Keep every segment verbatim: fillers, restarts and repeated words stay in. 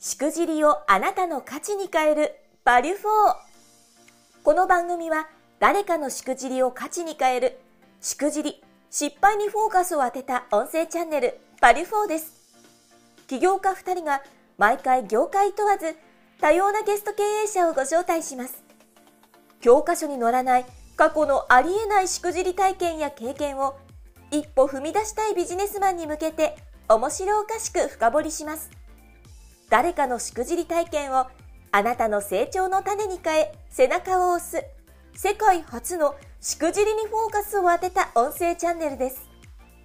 しくじりをあなたの価値に変えるバリュフォー。この番組は誰かのしくじりを価値に変えるしくじり、失敗にフォーカスを当てた音声チャンネルバリュフォーです。起業家ふたりが毎回業界問わず多様なゲスト経営者をご招待します。教科書に載らない過去のありえないしくじり体験や経験を一歩踏み出したいビジネスマンに向けて面白おかしく深掘りします。誰かのしくじり体験をあなたの成長の種に変え背中を押す世界初のしくじりにフォーカスを当てた音声チャンネルです。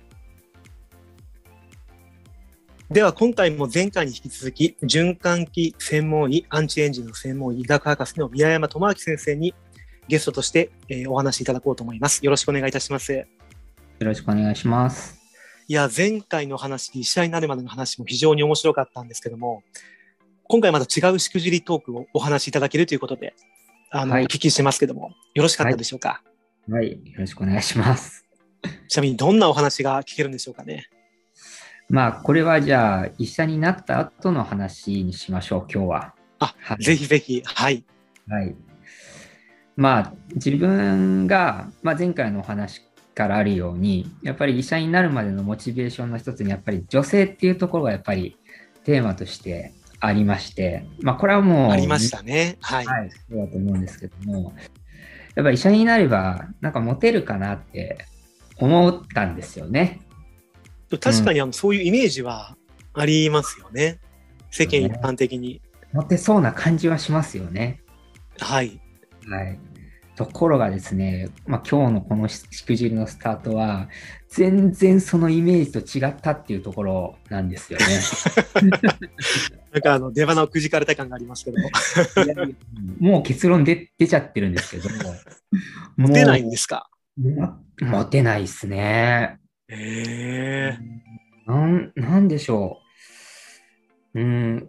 では今回も前回に引き続き循環器専門医、アンチエンジンの専門医、医学博士の宮山智明先生にゲストとして、えー、お話しいただこうと思います。よろしくお願いいたします。 よろしくお願いします。 いや、前回の話、医者になるまでの話も非常に面白かったんですけども、今回また違うしくじりトークをお話しいただけるということで、あの、はい、お聞きしてますけども、よろしかったでしょうか。 はい、はい、よろしくお願いします。 ちなみにどんなお話が聞けるんでしょうかね。 まあ、これはじゃあ、医者になった後の話にしましょう、今日は。 あ、はい、ぜひぜひ、はい。 はい。まあ、自分が、まあ、前回のお話からあるように、やっぱり医者になるまでのモチベーションの一つに、やっぱり女性っていうところがやっぱりテーマとしてありまして、まあ、これはもう、 ありましたね。はい。 はい、そうだと思うんですけども、やっぱり医者になれば、なんかモテるかなって思ったんですよね。 確かにあの、うん、そういうイメージはありますよね。世間一般的に。 モテそうな感じはしますよね。 はい。 はい。ところがですね、まあ、今日のこのしくじりのスタートは、全然そのイメージと違ったっていうところなんですよね。 なんかあの出花をくじかれた感がありますけども。 いやいやもう結論で出ちゃってるんですけども。 モテないんですか？ モテないですね。 へえ。 なん、なんでしょう。うん、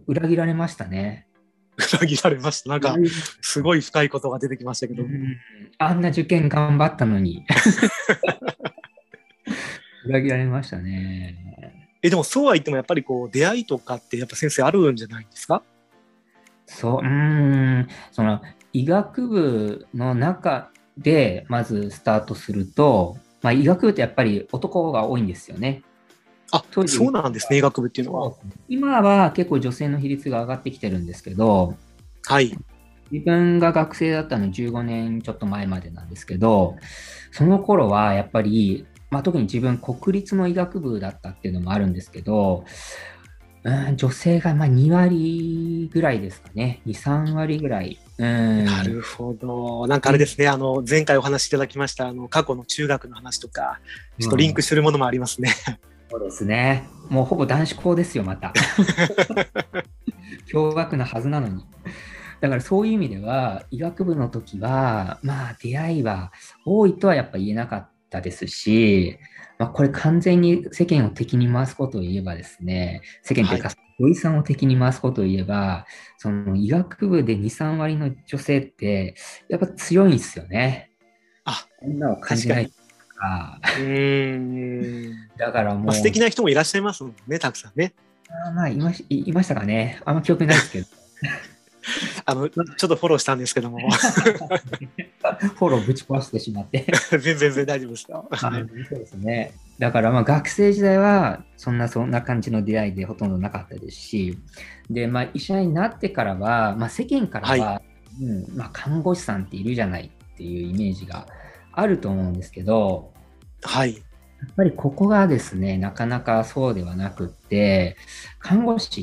裏切られましたね。 裏切られました。なんか、すごい深いことが出てきましたけど。うん、 あんな受験頑張ったのに。裏切られましたね。 え、でもそうは言ってもやっぱりこう、出会いとかってやっぱ先生あるんじゃないですか？ そう、うーん、その、医学部の中でまずスタートすると、まあ、医学部ってやっぱり男が多いんですよね。 あ、そうなんですね、医学部っていうのは。 今は結構女性の比率が上がってきてるんですけど、 はい。 自分が学生だったのじゅうごねんちょっと前までなんですけど、その頃はやっぱり、まあ、特に自分国立の医学部だったっていうのもあるんですけど、うん、女性がまあにわりぐらいですかね。に、さんわりぐらい。うん、 なるほど。なんかあれですね、あの、前回お話しいただきました、あの、過去の中学の話とか、ちょっとリンクするものもありますね。うん、 そうですね。もうほぼ男子校ですよ、また。共学なはずなのに。だからそういう意味では、医学部の時は、まあ出会いは多いとはやっぱ言えなかったですし、まあ、これ完全に世間を敵に回すことを言えばですね、世間というか、お医さんを敵に回すことを言えば、その医学部でに、さんわりの女性って、やっぱ強いんですよね。 あ、 女を感じないとか。 うーん。 だからもう。 まあ、素敵な人もいらっしゃいますもんね、たくさんね。 あまあいまし、いましたかね。あんま記憶ないですけど。 あの、ちょっとフォローしたんですけども。 フォローぶち壊してしまって。 全然全然大丈夫ですよ。 そうですね。だからまあ学生時代はそんなそんな感じの出会いでほとんどなかったですし、で、まあ医者になってからは、まあ世間からは、はい、うん、まあ看護師さんっているじゃないっていうイメージがあると思うんですけど、 はい。 やっぱりここがですね、なかなかそうではなくって、看護師って、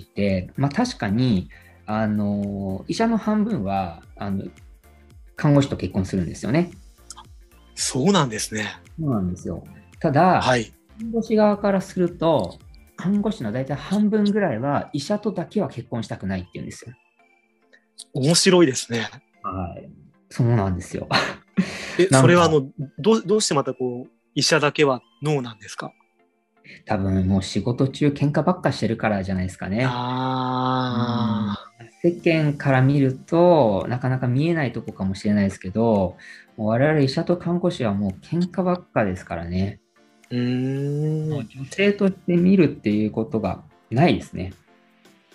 まあ確かに、あの医者の半分はあの看護師と結婚するんですよね。 そうなんですね。 そうなんですよ。ただ、 はい、 看護師側からすると、看護師の大体半分ぐらいは医者とだけは結婚したくないって言うんですよ。 面白いですね。 はい。そうなんですよ。 え、それはあのど、どうしてまたこう、医者だけはノーなんですか？ 多分もう仕事中喧嘩ばっかしてるからじゃないですかね。 あ世間から見るとなかなか見えないとこかもしれないですけど、もう我々医者と看護師はもう喧嘩ばっかですからね。 うーん。 女性として見るっていうことがないですね。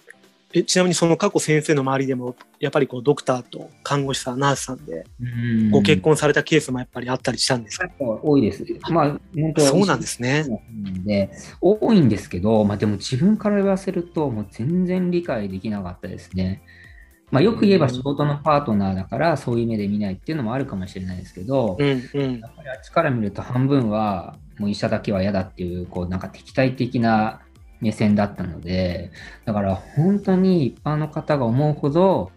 えちなみにその過去先生の周りでもやっぱりこうドクターと看護師さん、ナースさんでご結婚されたケースもやっぱりあったりしたんですか？ 多いです。まあ、本当そうなんですね。 で、多いんですけど、まあでも自分から言わせると、もう全然理解できなかったですね。まあよく言えば仕事のパートナーだからそういう目で見ないっていうのもあるかもしれないですけど、 うんうん、 やっぱりあっちから見ると半分はもう医者だけは嫌だっていう、こうなんか敵対的な目線だったので、だから本当に一般の方が思うほど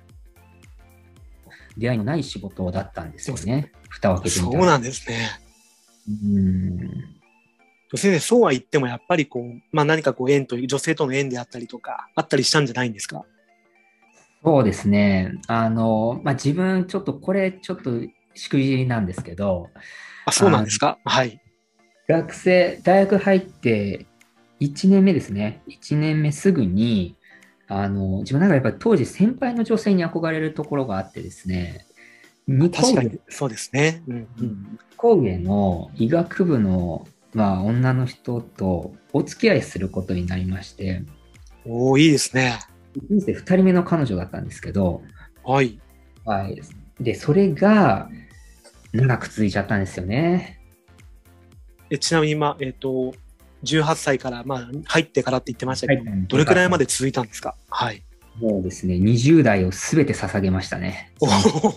出会いのない仕事だったんですよね。蓋を開けてみたら。 そうなんですね。 うん先生、そうは言ってもやっぱりこう、まあ何かこう縁という、女性との縁であったりとか、あったりしたんじゃないんですか？ そうですね。あの、まあ、自分ちょっとこれちょっとしくじりなんですけど、 あ、そうなんですか？はい。 学生、大学入っていちねんめですね。いちねんめすぐに、あの、自分なんかやっぱり当時先輩の女性に憧れるところがあってですね、にこ確かにそうですね。うんうん、 個上の医学部の、まあ、女の人とお付き合いすることになりまして、 おー、いいですね。 人生ふたりめの彼女だったんですけど、 はい。 はい。で、それが長く続いちゃったんですよね。 えちなみに今、えっと、じゅうはっさいから、まあ、入ってからって言ってましたけど、 はいどれくらいまで続いたんですか？はい。 もうですね、にじゅう代をすべて捧げましたね。 お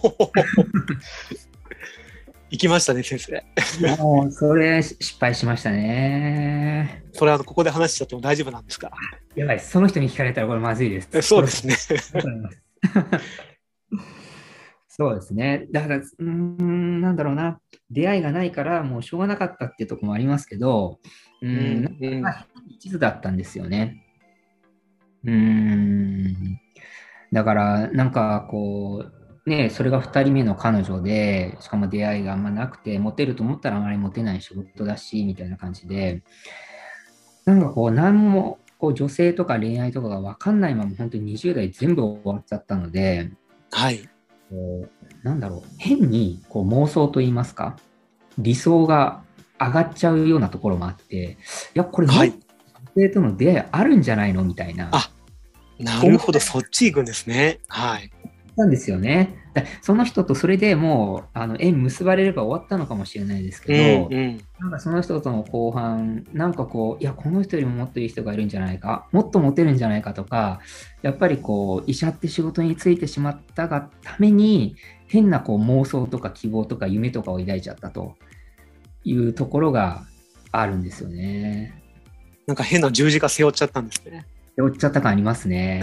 行きましたね、先生。 もう、それ失敗しましたね。 それ、あの、ここで話しちゃっても大丈夫なんですか？ やばい、その人に聞かれたらこれまずいです。 そうですね。 そうですね。だから、うーん、なんだろうな。出会いがないから、もうしょうがなかったっていうところもありますけど、うーん、 うんうん、 まあ、一途だったんですよね。うーん。だから、なんかこう、ね、それがふたりめの彼女で、しかも出会いがあんまなくて、モテると思ったらあまりモテない仕事だし、みたいな感じで、なんかこう、なんも、こう女性とか恋愛とかが分かんないまま、本当ににじゅう代全部終わっちゃったので、 はい。 こうなんだろう、変にこう妄想といいますか、理想が上がっちゃうようなところもあって、いや、これ、 はい。 女性との出会いあるんじゃないのみたいな。 あ、なるほど、そっち行くんですね。はい。 なんですよね。だその人とそれでもうあの縁結ばれれば終わったのかもしれないですけど、 うんうん、 なんかその人との後半、なんかこう、いや、この人よりももっといい人がいるんじゃないか、もっとモテるんじゃないかとか、やっぱりこう、医者って仕事に就いてしまったがために、変なこう妄想とか希望とか夢とかを抱いちゃったというところがあるんですよね。 なんか変な十字架背負っちゃったんですね。 背負っちゃった感ありますね。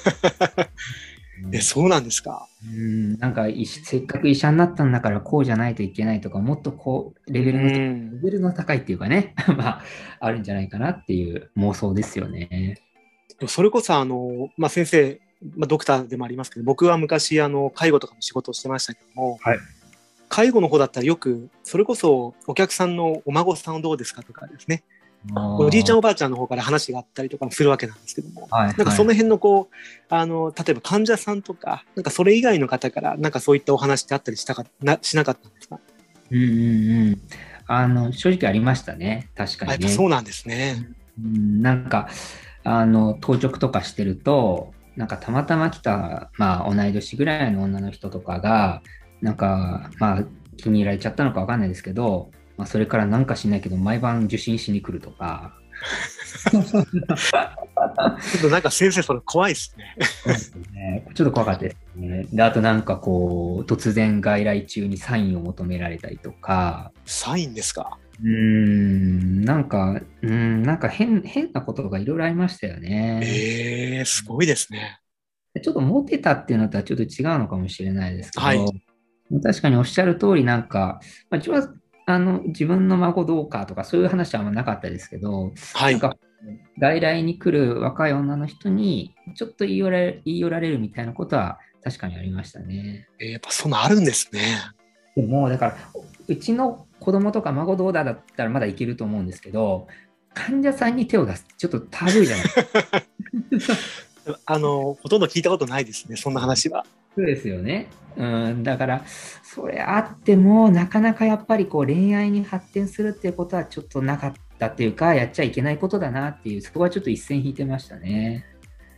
え、そうなんですか。 うんなんか医師せっかく医者になったんだからこうじゃないといけないとか、もっとこうレベルの、レベルの高いっていうかね、まあ、あるんじゃないかなっていう妄想ですよね。 それこそあの、まあ、先生、まあ、ドクターでもありますけど、僕は昔あの介護とかの仕事をしてましたけども、 はい、 介護の方だったらよくそれこそお客さんのお孫さんどうですかとかですね、おじいちゃんおばあちゃんの方から話があったりとかもするわけなんですけども、 はい、 なんかその辺のこうあの例えば患者さんとかなんかそれ以外の方からなんかそういったお話ってあったりしたかなしなかったんですか？ うんうんうん。あの正直ありましたね、確かにね。 やっぱそうなんですね。 うん、なんかあの当直とかしてると、なんかたまたま来た、まあ、同い年ぐらいの女の人とかがなんか、まあ、気に入られちゃったのかわかんないですけど、まあ、それからなんかしないけど毎晩受診しに来るとか。 ちょっとなんか先生それ怖いですね。 ねちょっと怖かったですね。で、あとなんかこう突然外来中にサインを求められたりとか。 サインですか？ うーん、なんか、うーん、なんか変、変なことがいろいろありましたよね。 えー、すごいですね。 ちょっとモテたっていうのとはちょっと違うのかもしれないですけど、 はい、 確かにおっしゃる通り、なんか、まあ、自分はあの自分の孫どうかとかそういう話はあんまなかったですけど、 はい、 なんか外来に来る若い女の人にちょっと言い寄られ言い寄られるみたいなことは確かにありましたね。 えー、やっぱそんなあるんですね。 でもだからうちの子供とか孫どうだだったらまだいけると思うんですけど、患者さんに手を出すちょっとタブーじゃないですか。 あのほとんど聞いたことないですね、そんな話は。 そうですよね。うん、だからそれあってもなかなかやっぱりこう恋愛に発展するっていうことはちょっとなかったっていうか、やっちゃいけないことだなっていう、そこはちょっと一線引いてましたね。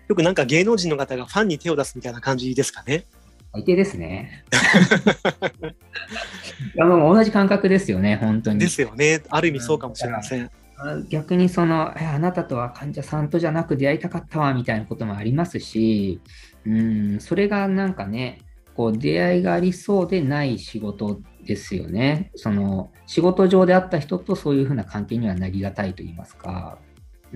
よくなんか芸能人の方がファンに手を出すみたいな感じですかね。 最低ですね。あの同じ感覚ですよね、本当に。 ですよね。ある意味そうかもしれません。 逆にその、え、あなたとは患者さんとじゃなく出会いたかったわみたいなこともありますし、うん、それがなんかね、こう出会いがありそうでない仕事ですよね。その仕事上で会った人とそういうふうな関係にはなりがたいと言いますか。うん、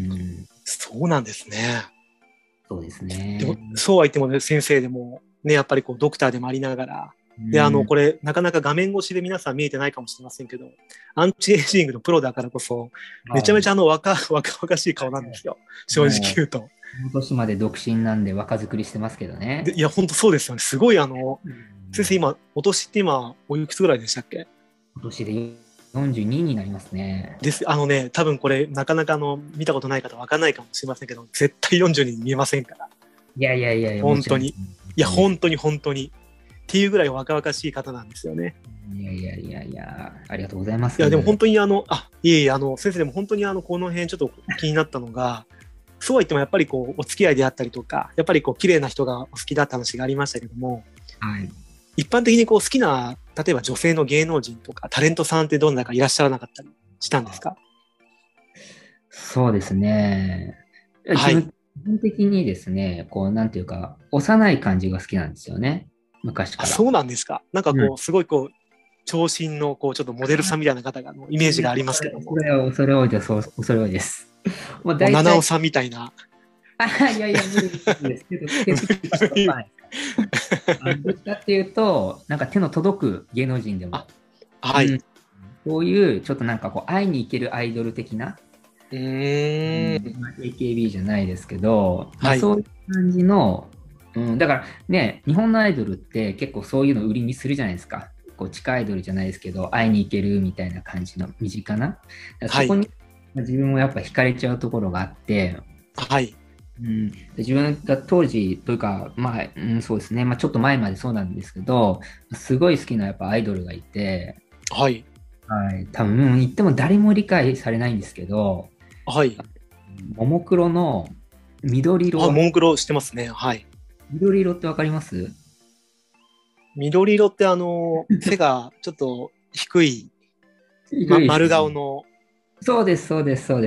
そうなんですね。 そうですね。 でもそうは言っても、ね、先生でも、ね、やっぱりこうドクターでもありながら、で、あの、これ、なかなか画面越しで皆さん見えてないかもしれませんけど、アンチエイジングのプロだからこそ、めちゃめちゃあの若、若々しい顔なんですよ。正直言うと。 この年まで独身なんで若作りしてますけどね。 いや、本当そうですよね。すごいあの、先生今、お年って今、おいくつぐらいでしたっけ？ 今年でよんじゅうにになりますね。 です。あのね、多分これ、なかなかあの、見たことない方わかんないかもしれませんけど、絶対よんじゅうに見えませんから。 いやいやいやいや、 本当に。いや、本当に本当に。っていうぐらい若々しい方なんですよね。 いやいやいやいや、ありがとうございます。 いや、でも本当にあの、あ、いえいえ、あの、先生でも本当にあの、この辺ちょっと気になったのが、そうは言ってもやっぱりこう、お付き合いであったりとか、やっぱりこう、綺麗な人がお好きだった話がありましたけども、 はい。 一般的にこう、好きな、例えば女性の芸能人とか、タレントさんってどんなかいらっしゃらなかったりしたんですか？ そうですね。 はい。 基本的にですね、こう、なんていうか、幼い感じが好きなんですよね。昔かあ、 ら。 そうなんですか。なんかこう、 うん、 すごいこう、長身のこう、ちょっとモデルさんみたいな方がのイメージがありますけども。 それは恐れ多いです。恐れ多いです。もう大七尾体、 さんみたいな。 あ、いやいや、無理ですけど、手つきは届かないあのどっちかっていうと、なんか手の届く芸能人でも、 はい。 うん、そういうちょっとなんかこう会いに行けるアイドル的な、 うーん。 うんまあ、エーケービー じゃないですけど、まあ、 はい。 そういう感じの、うん、だからね、日本のアイドルって結構そういうのを売りにするじゃないですか。こう地下アイドルじゃないですけど、会いに行けるみたいな感じの身近な。だからそこに、はい、自分もやっぱ惹かれちゃうところがあって、 はい。 うん、で自分が当時というか、まあ、うん、そうですね、まあ、ちょっと前までそうなんですけど、すごい好きなやっぱアイドルがいて、 はい。 はい、多分言っても誰も理解されないんですけど、 はい。 ももクロの緑色。 あ、ももクロしてますね。はい。 緑色ってわかります？ 緑色ってあの、背がちょっと低い、ま、丸顔の。 そうです、そうです、そうです。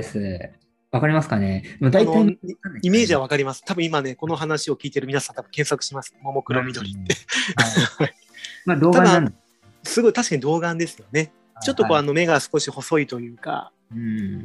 わかりますかね？ あの、イメージはわかります。多分今ね、この話を聞いてる皆さん多分検索します。ももクロ緑って。 はい。まあ、童顔なんすごい確かに童顔ですよね。ちょっとこう、あの、目が少し細いというか、うん、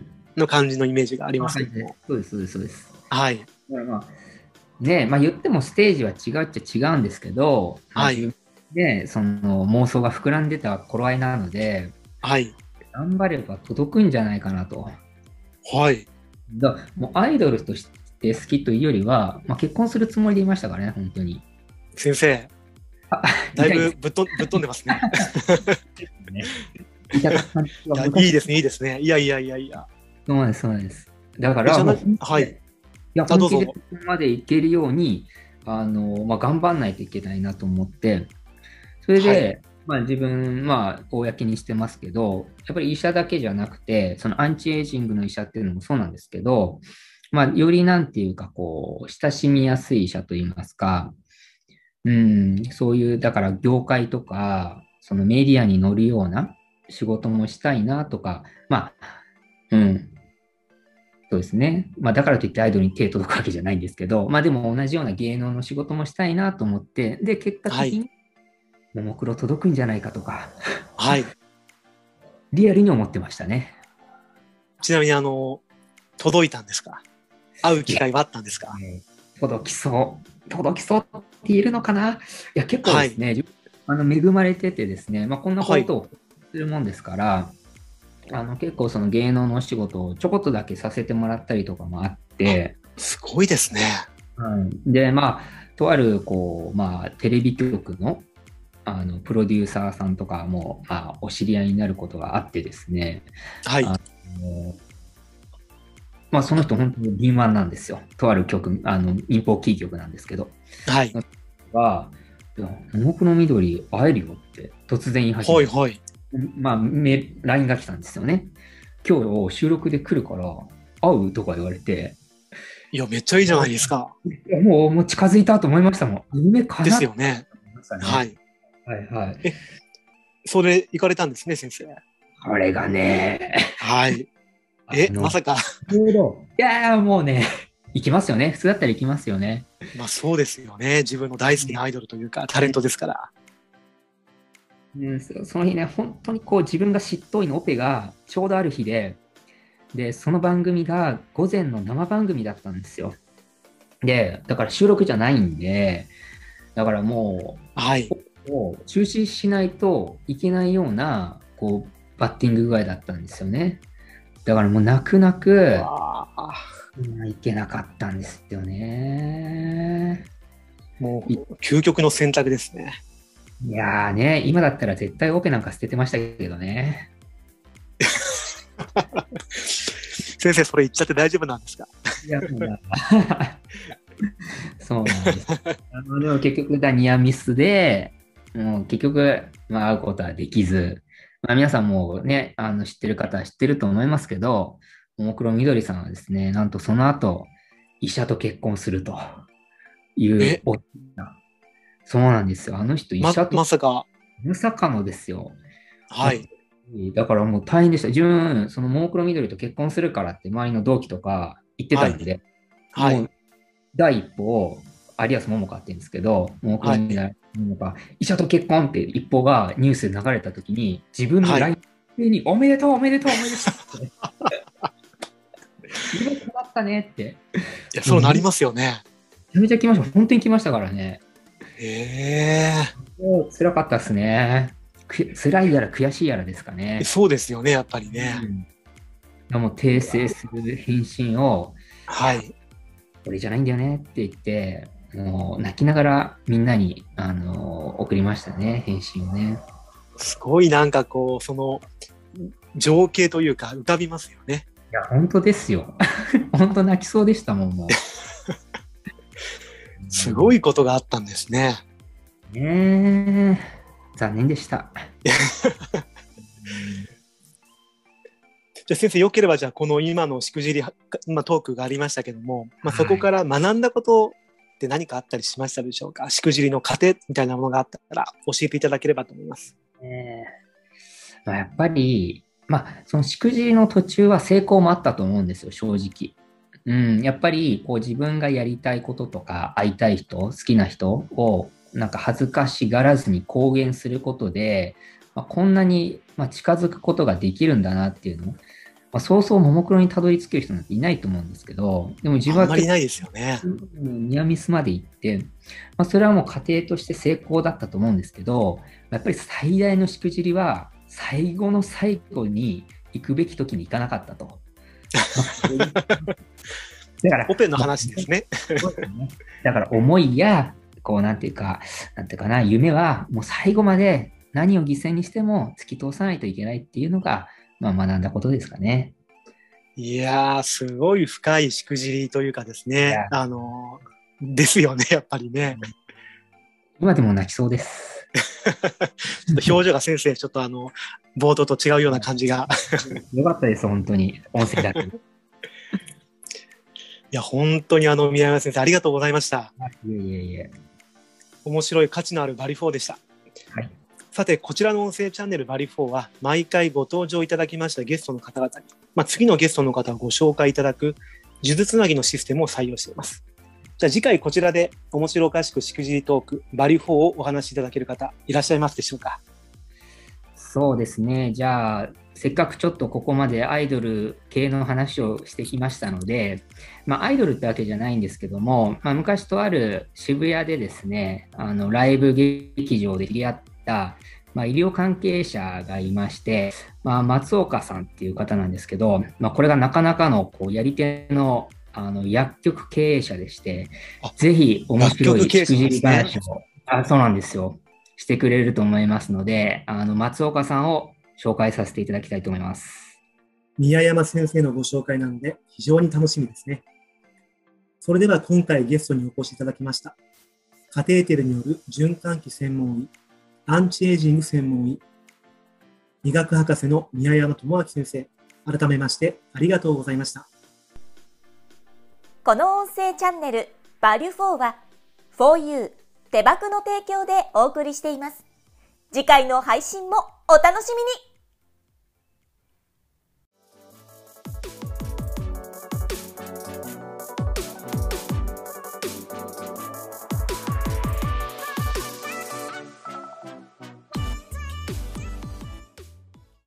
の感じのイメージがありますけども。 そうです、そうです、そうです。 はい。 だからまあ、ね、まあ言ってもステージは違うっちゃ違うんですけど、 はい。 で、その妄想が膨らんでた頃合いなので、 はい。 頑張れば届くんじゃないかなと。 はい。 だもうアイドルとして好きというよりは、まあ、結婚するつもりでいましたからね、本当に。 先生、だいぶぶっとぶっ飛んでますね。いいですね、いいですね。いやいやいやいや。 そうなんです、そうなんです。だから、 はい。 いや、本気でここまでいけるように、あの、まあ、頑張んないといけないなと思って、それで、はい、まあ、自分、まあ、公にしてますけど、やっぱり医者だけじゃなくて、そのアンチエイジングの医者っていうのもそうなんですけど、まあ、よりなんていうか、こう、親しみやすい医者といいますか、うん、そういう、だから業界とか、そのメディアに載るような仕事もしたいなとか、まあ、うん、そうですね。まあ、だからといってアイドルに手届くわけじゃないんですけど、まあでも同じような芸能の仕事もしたいなと思って、で、結果的に、ももクロ届くんじゃないかとか、 はい。 リアルに思ってましたね。 ちなみに、あの、届いたんですか？会う機会はあったんですか？ 届きそう。届きそうって言えるのかな？いや、結構ですね、はい、あの恵まれててですね、まあ、こんなことをするもんですから、はい、あの結構その芸能のお仕事をちょこっとだけさせてもらったりとかもあって、 すごいですね。 はい、で、まあ、とあるこう、まあ、テレビ局のあのプロデューサーさんとかも、まあ、お知り合いになることがあってですね、 はい。 あのまあ、その人、本当に敏腕なんですよ。とある局、あの民放キー局なんですけど。 はい。 は、ももクロ緑会えるよって突然言い始めて、 はいはい。 まあ、ライン が来たんですよね。今日収録で来るから会うとか言われて、 いや、めっちゃいいじゃないですか。 いやもう、もう近づいたと思いましたもん。夢かなですよね。 ね。 はい。 はいはい。 え、それ行かれたんですね、先生。 これがね。 はい。え、まさか。 いやーもうね、行きますよね。普通だったら行きますよね。 まあそうですよね。自分の大好きなアイドルというか、タレントですから。 うん、その日ね、本当にこう自分が執刀医のオペがちょうどある日で、で、その番組が午前の生番組だったんですよ。で、だから収録じゃないんで、だからもう、 はい。 を中止しないといけないような、こう、バッティング具合だったんですよね。だからもう泣く泣く、いけなかったんですよね。 もう、究極の選択ですね。 いやーね、今だったら絶対オペなんか捨ててましたけどね。 先生、それ言っちゃって大丈夫なんですか？ いや、そうだ。そうなんです。あのでも結局、ニアミスで、もう結局、まあ、会うことはできず、まあ、皆さんもね、あの知ってる方は知ってると思いますけど、ももクロみどりさんはですね、なんとその後、医者と結婚するというお、そうなんですよ。あの人、医者と、 ま、まさか。 まさかのですよ。 はい。 だからもう大変でした。自分、そのももクロみどりと結婚するからって周りの同期とか言ってたんで、 はい。 もう第一歩を有安桃香って言うんですけど、ももクロみどり桃香、医者と結婚って一歩がニュースで流れたときに、自分の ライン に、はい、おめでとうおめでとうおめでとうって夢叶ったねって。 いや、そうなりますよね。 めちゃめちゃ来ました。本当に来ましたからね。 へえ。辛かったですね。辛いやら悔しいやらですかね。 そうですよね、やっぱりね。 うん、でも訂正する返信を、 はい。 これじゃないんだよねって言って、もう泣きながらみんなに、あの送りましたね、返信をね。 すごいなんかこう、その情景というか浮かびますよね。 いや、本当ですよ。本当泣きそうでしたもん、もう。 すごいことがあったんですね。 ねえ。残念でした。 じゃあ先生、よければじゃあこの今のしくじり、まあ、トークがありましたけども、まあ、そこから学んだことって何かあったりしましたでしょうか？しくじりの過程みたいなものがあったら教えていただければと思います。 えーまあ、やっぱり、まあ、そのしくじりの途中は成功もあったと思うんですよ、正直。うん、やっぱりこう自分がやりたいこととか会いたい人、好きな人をなんか恥ずかしがらずに公言することで、まあ、こんなにまあ近づくことができるんだなっていうの、まあ、そうそうももクロにたどり着ける人なんていないと思うんですけど、でも自分はあんまりいないですよね。 ニアミスまで行って、まあ、それはもう家庭として成功だったと思うんですけど、やっぱり最大のしくじりは最後の最後に行くべき時に行かなかったと。 だからオペの話ですね。 だから思いや、こうなんていうか、なんていうかな、夢はもう最後まで何を犠牲にしても突き通さないといけないっていうのが、まあ、学んだことですかね。 いやー、すごい深いしくじりというかですね、あのー、ですよね、やっぱりね。 今でも泣きそうです。 ちょっと表情が先生、ちょっとあの、冒頭と違うような感じが。 よかったです、本当に。音声だけ。いや、本当にあの、宮山先生、ありがとうございました。 いえいえいえ。 面白い価値のあるバリフォーでした。 はい。 さて、こちらの音声チャンネルバリフォーは、毎回ご登場いただきましたゲストの方々に、まあ、次のゲストの方をご紹介いただく、数珠つなぎのシステムを採用しています。じゃあ次回こちらで面白おかしくしくじりトーク、バリフォーをお話しいただける方、いらっしゃいますでしょうか？ そうですね。じゃあ、せっかくちょっとここまでアイドル系の話をしてきましたので、まあ、アイドルってわけじゃないんですけども、まあ、昔とある渋谷でですね、あのライブ劇場で知り合った、まあ、医療関係者がいまして、まあ、松岡さんっていう方なんですけど、まあ、これがなかなかのこうやり手のあの薬局経営者でして、ぜひ面白いしくじり話を、ね、あ、そうなんですよ。してくれると思いますので、あの松岡さんを紹介させていただきたいと思います。 宮山先生のご紹介なので非常に楽しみですね。それでは今回ゲストにお越しいただきました。カテーテルによる循環器専門医、アンチエイジング専門医、医学博士の宮山智明先生、改めましてありがとうございました。 この音声チャンネルバリュフォーは フォーユー 手箱の提供でお送りしています。次回の配信もお楽しみに。